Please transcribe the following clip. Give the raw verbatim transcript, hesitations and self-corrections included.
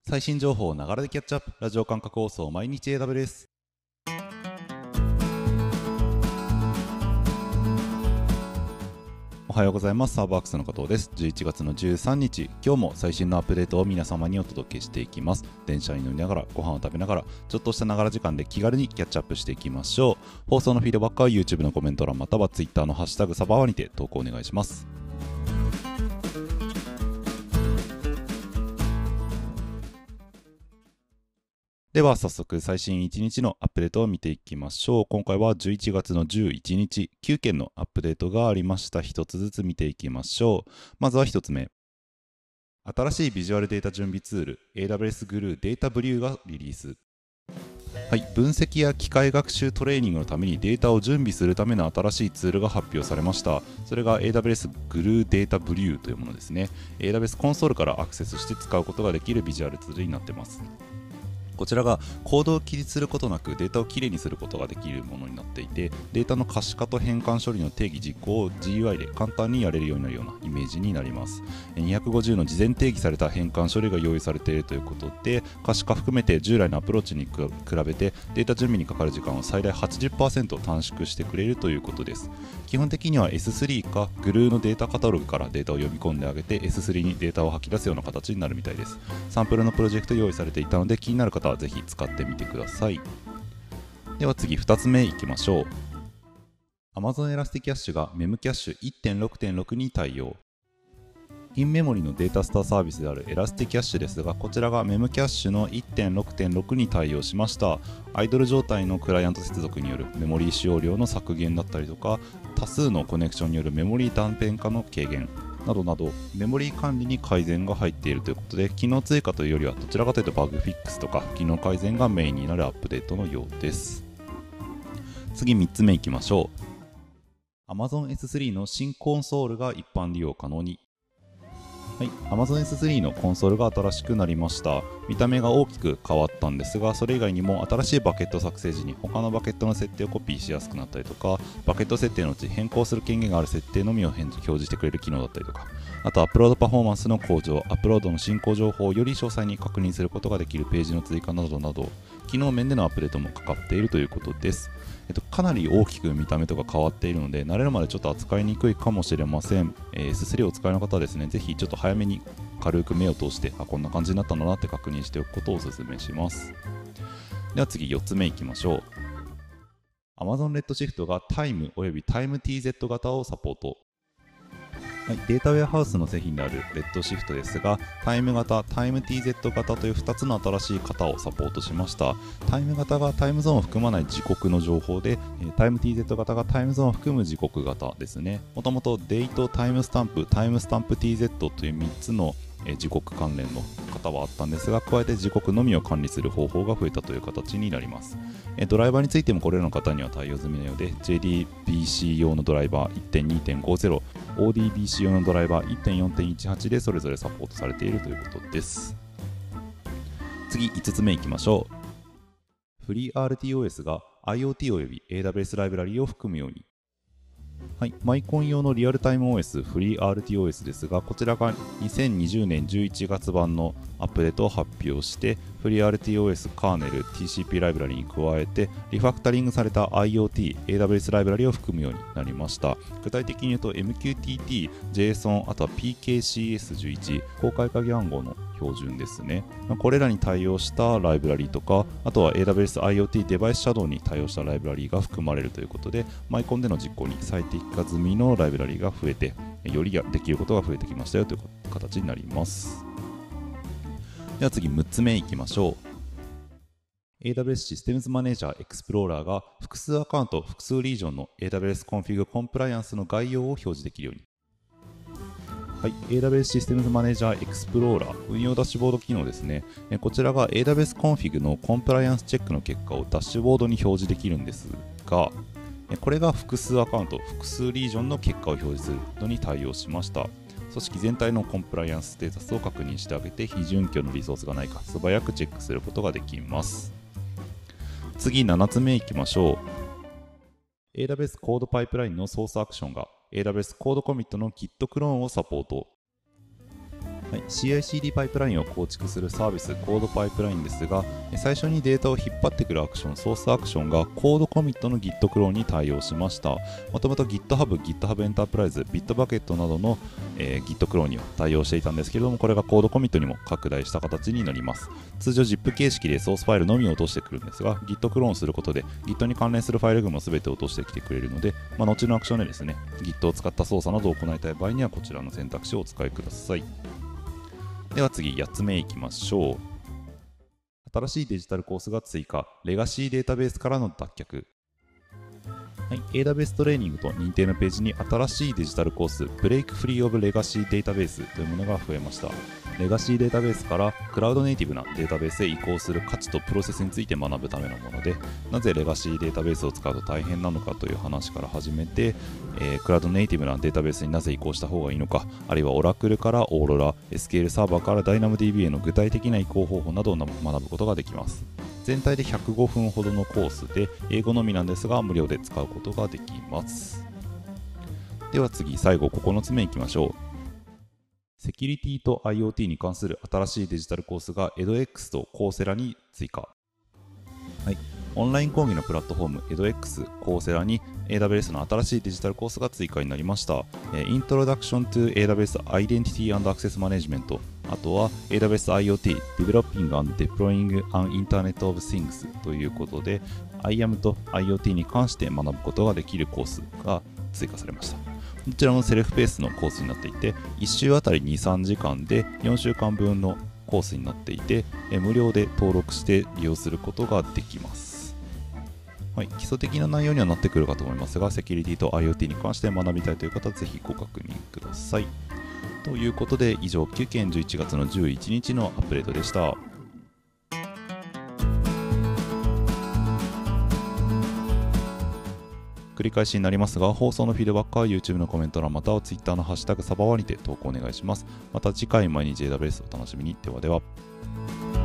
最新情報をながらでキャッチアップ、ラジオ感覚放送毎日 エーダブリュー です。おはようございます。サーバーアクスの加藤です。じゅういちがつのじゅうさんにち、今日も最新のアップデートを皆様にお届けしていきます。電車に乗りながら、ご飯を食べながら、ちょっとしたながら時間で気軽にキャッチアップしていきましょう。放送のフィードバックは YouTube のコメント欄または Twitter のハッシュタグサバワにて投稿お願いします。では早速最新いちにちのアップデートを見ていきましょう。今回はじゅういちがつのじゅういちにち、きゅうけんのアップデートがありました。ひとつずつ見ていきましょう。まずはひとつめ。新しいビジュアルデータ準備ツール エーダブリューエス グルーデータブリューがリリース。はい、分析や機械学習トレーニングのためにデータを準備するための新しいツールが発表されました。それが エーダブリューエス グルーデータブリューというものですね。 エーダブリューエス コンソールからアクセスして使うことができるビジュアルツールになっています。こちらがコードを記述することなくデータをきれいにすることができるものになっていて、データの可視化と変換処理の定義実行を ジーユーアイ で簡単にやれるようになるようなイメージになります。にひゃくごじゅうの事前定義された変換処理が用意されているということで、可視化含めて従来のアプローチに比べてデータ準備にかかる時間を最大 はちじゅっパーセント 短縮してくれるということです。基本的には エススリー か グルー のデータカタログからデータを読み込んであげて エススリー にデータを吐き出すような形になるみたいです。サンプルのプロジェクト用意されていたので、気になる方はぜひ使ってみてください。では次ふたつめいきましょう。 Amazon Elasticache が メムキャッシュ いってんろくてんろく に対応。インメモリのデータスターサービスである Elasticache ですが、こちらが メムキャッシュ の いってんろくてんろく に対応しました。アイドル状態のクライアント接続によるメモリー使用量の削減だったりとか、多数のコネクションによるメモリー断片化の軽減などなど、メモリー管理に改善が入っているということで、機能追加というよりはどちらかというとバグフィックスとか機能改善がメインになるアップデートのようです。次みっつめいきましょう。 Amazon エススリー の新コンソールが一般利用可能に。はい、Amazon エススリー のコンソールが新しくなりました。見た目が大きく変わったんですが、それ以外にも新しいバケット作成時に他のバケットの設定をコピーしやすくなったりとか、バケット設定のうち変更する権限がある設定のみを表示してくれる機能だったりとか、あとアップロードパフォーマンスの向上、アップロードの進行情報をより詳細に確認することができるページの追加などなど、機能面でのアップデートもかかっているということです。えっと、かなり大きく見た目とか変わっているので、慣れるまでちょっと扱いにくいかもしれません。えー、エススリー をお使いの方はですね、ぜひちょっと早めに軽く目を通して、あ、こんな感じになったんだなって確認しておくことをお勧めします。では次よっつめいきましょう。 Amazon Redshift が タイム および タイムティーゼット 型をサポート。はい、データウェアハウスの製品である Redshift ですが、タイム型、タイムティーゼット 型というふたつの新しい型をサポートしました。タイム型がタイムゾーンを含まない時刻の情報で、タイムティーゼット 型がタイムゾーンを含む時刻型ですね。もともとデート、タイムスタンプ、タイムスタンプ ティーゼット というみっつの時刻関連の型はあったんですが、加えて時刻のみを管理する方法が増えたという形になります。ドライバーについてもこれらの型には対応済みなようで、 ジェーディービーシー 用のドライバー いってんにてんごゼロ、オーディービーシー 用のドライバー いってんよんてんいちはち でそれぞれサポートされているということです。次いつつめいきましょう。フリー アールティーオーエス が IoT および エーダブリューエス ライブラリを含むように。はい、マイコン用のリアルタイム オーエス フリー アールティーオーエス ですが、こちらがにせんにじゅうねんじゅういちがつ版のアップデートを発表して、フリー アールティーオーエス カーネル ティーシーピー ライブラリに加えてリファクタリングされた IoT、エーダブリューエス ライブラリを含むようになりました。具体的に言うと エムキューティーティー、JSON、あとは ピーケーシーエスじゅういち、公開鍵暗号の標準ですね。これらに対応したライブラリとか、あとは エーダブリューエス IoT デバイスシャドウに対応したライブラリが含まれるということで、マイコンでの実行に最適化済みのライブラリが増えて、よりできることが増えてきましたよという形になります。では次むっつめいきましょう。 エーダブリューエス システムズマネージャーエクスプローラーが複数アカウント、複数リージョンの エーダブリューエス コンフィグコンプライアンスの概要を表示できるように。はい、エーダブリューエス システムズマネージャーエクスプローラー運用ダッシュボード機能ですね。こちらが エーダブリューエス コンフィグのコンプライアンスチェックの結果をダッシュボードに表示できるんですが、これが複数アカウント、複数リージョンの結果を表示するのに対応しました。組織全体のコンプライアンスステータスを確認してあげて、非準拠のリソースがないか素早くチェックすることができます。次ななつめいきましょう。 エーダブリューエス コードパイプラインのソースアクションが エーダブリューエス コードコミットの Git クローンをサポート。 はい、シーアイシーディー パイプラインを構築するサービスコードパイプラインですが、最初にデータを引っ張ってくるアクション、ソースアクションがコードコミットの Git クローンに対応しました。もともと GitHub、GitHub Enterprise、Bitbucket などの、えー、Git クローンには対応していたんですけれども、これがコードコミットにも拡大した形になります。通常 ジップ 形式でソースファイルのみを落としてくるんですが、Git クローンすることで Git に関連するファイル群も全て落としてきてくれるので、まあ、後のアクションでですね、Git を使った操作などを行いたい場合にはこちらの選択肢をお使いください。では次、やっつめいきましょう。新しいデジタルコースが追加、レガシーデータベースからの脱却。はい、エーダブリューエス トレーニングと認定のページに新しいデジタルコース、ブレイクフリーオブレガシーデータベースというものが増えました。レガシーデータベースからクラウドネイティブなデータベースへ移行する価値とプロセスについて学ぶためのもので、なぜレガシーデータベースを使うと大変なのかという話から始めて、えー、クラウドネイティブなデータベースになぜ移行した方がいいのか、あるいはオラクルからオーロラ、エスキューエル サーバーから DynamoDB への具体的な移行方法などを学ぶことができます。全体でひゃくごふんほどのコースで、英語のみなんですが無料で使うことができます。では次、最後ここのつめいきましょう。セキュリティと IoT に関する新しいデジタルコースが エドエックス と Coursera に追加。はい、オンライン講義のプラットフォーム エドエックス、Coursera に エーダブリューエス の新しいデジタルコースが追加になりました。Introduction to エーダブリューエス Identity and Access Management、あとは エーダブリューエス IoT Developing and Deploying an Internet of Things ということで アイアム と IoT に関して学ぶことができるコースが追加されました。どちらもセルフペースのコースになっていて、いっ週あたりに、さんじかんでよんしゅうかんぶんのコースになっていて、無料で登録して利用することができます。はい、基礎的な内容にはなってくるかと思いますが、セキュリティと IoT に関して学びたいという方はぜひご確認ください。ということで、以上きゅうけんじゅういちがつのじゅういちにちのアップデートでした。繰り返しになりますが、放送のフィードバックは YouTube のコメント欄または Twitter のハッシュタグサバワにて投稿お願いします。また次回毎日 エーダブリューエス お楽しみに。ではでは。